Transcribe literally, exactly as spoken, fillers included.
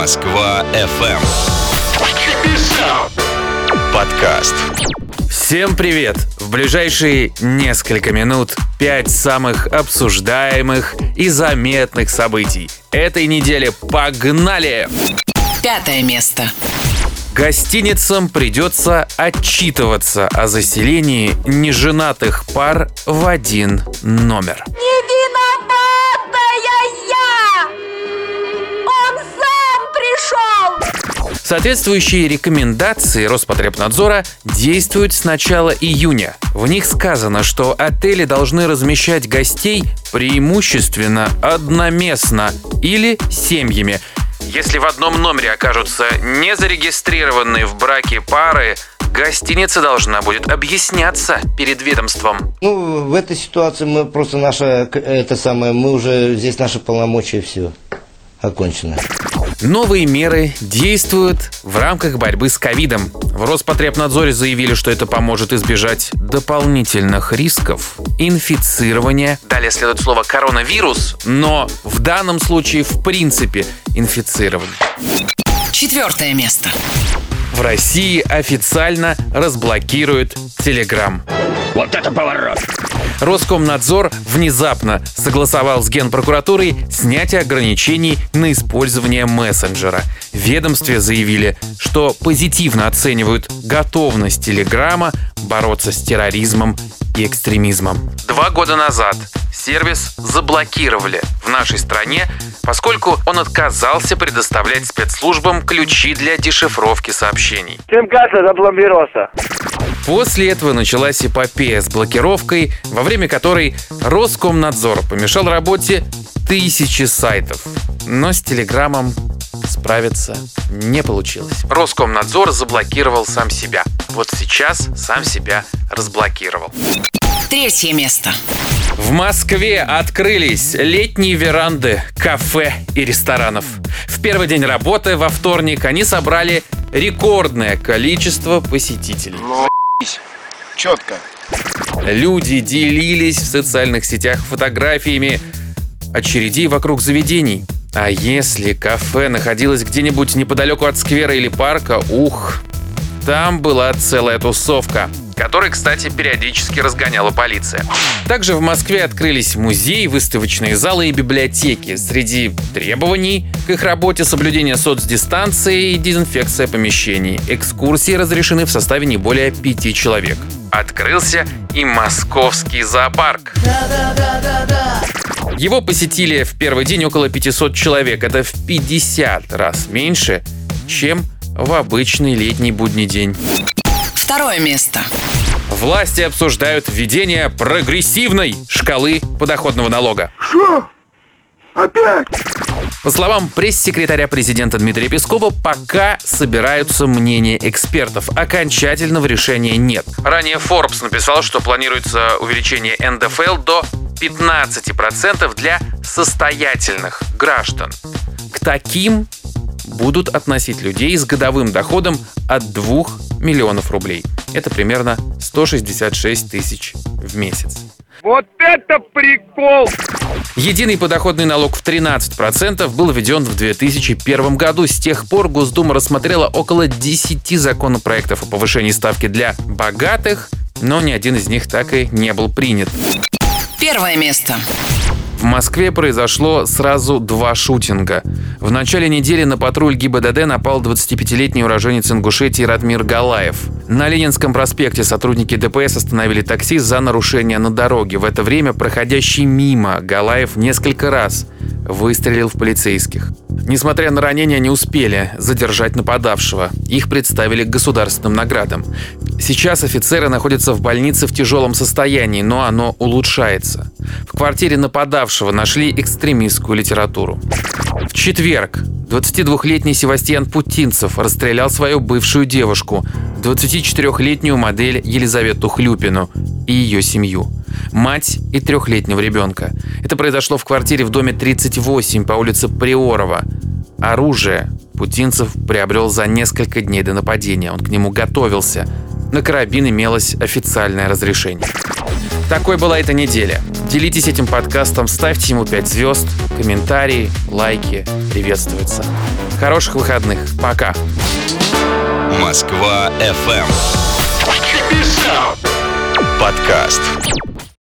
Москва-эф эм. Подкаст. Всем привет! В ближайшие несколько минут пять самых обсуждаемых и заметных событий этой недели. Погнали! Пятое место. Гостиницам придется отчитываться о заселении неженатых пар в один номер. Не виноватая я! Он сам пришел! Соответствующие рекомендации Роспотребнадзора действуют с начала июня. В них сказано, что отели должны размещать гостей преимущественно одноместно или семьями. Если в одном номере окажутся незарегистрированные в браке пары, гостиница должна будет объясняться перед ведомством. Ну, в этой ситуации мы просто наша, это самое, мы уже, здесь наши полномочия, все, окончено. Новые меры действуют в рамках борьбы с ковидом. В Роспотребнадзоре заявили, что это поможет избежать дополнительных рисков инфицирования. Далее следует слово «коронавирус», но в данном случае в принципе инфицирования. Четвертое место. В России официально разблокируют Telegram. Вот это поворот! Роскомнадзор внезапно согласовал с Генпрокуратурой снятие ограничений на использование мессенджера. В ведомстве заявили, что позитивно оценивают готовность Телеграма бороться с терроризмом и экстремизмом. Два года назад сервис заблокировали в нашей стране, поскольку он отказался предоставлять спецслужбам ключи для дешифровки сообщений. Сим-карта запломбировался. После этого началась эпопея с блокировкой, во время которой Роскомнадзор помешал работе тысячи сайтов. Но с Телеграмом справиться не получилось. Роскомнадзор заблокировал сам себя. Вот сейчас сам себя разблокировал. Третье место. В Москве открылись летние веранды кафе и ресторанов. В первый день работы, во вторник, они собрали рекордное количество посетителей. Четко. Люди делились в социальных сетях фотографиями очередей вокруг заведений. А если кафе находилось где-нибудь неподалеку от сквера или парка, ух, там была целая тусовка, которой, кстати, периодически разгоняла полиция. Также в Москве открылись музеи, выставочные залы и библиотеки. Среди требований к их работе соблюдение соцдистанции и дезинфекция помещений. Экскурсии разрешены в составе не более пяти человек. Открылся и московский зоопарк. Его посетили в первый день около пятисот человек. Это в пятьдесят раз меньше, чем в обычный летний будний день. Второе место. Власти обсуждают введение прогрессивной шкалы подоходного налога. Что? Опять? По словам пресс-секретаря президента Дмитрия Пескова, пока собираются мнения экспертов. Окончательного решения нет. Ранее Forbes написал, что планируется увеличение эн дэ эф эл до пятнадцати процентов для состоятельных граждан. К таким будут относить людей с годовым доходом от двух миллионов рублей. Это примерно сто шестьдесят шесть тысяч в месяц. Вот это прикол! Единый подоходный налог в тринадцать процентов был введен в две тысячи первом году. С тех пор Госдума рассмотрела около десяти законопроектов о повышении ставки для богатых, но ни один из них так и не был принят. Первое место. В Москве произошло сразу два шутинга. В начале недели на патруль гэ и бэ дэ дэ напал двадцатипятилетний уроженец Ингушетии Ратмир Галаев. На Ленинском проспекте сотрудники дэ пэ эс остановили такси за нарушение на дороге. В это время проходящий мимо Галаев несколько раз выстрелил в полицейских. Несмотря на ранения, не успели задержать нападавшего. Их представили к государственным наградам. Сейчас офицеры находятся в больнице в тяжелом состоянии, но оно улучшается. В квартире нападавшего нашли экстремистскую литературу. В четверг двадцатидвухлетний Севастьян Путинцев расстрелял свою бывшую девушку, двадцатичетырехлетнюю модель Елизавету Хлюпину и ее семью, мать и трехлетнего ребенка. Это произошло в квартире в доме тридцать восемь по улице Приорова. Оружие Путинцев приобрел за несколько дней до нападения. Он к нему готовился. На карабин имелось официальное разрешение. Такой была эта неделя. Делитесь этим подкастом, ставьте ему пять звезд, комментарии, лайки. Приветствуется. Хороших выходных. Пока. Москва эф эм. Подкаст.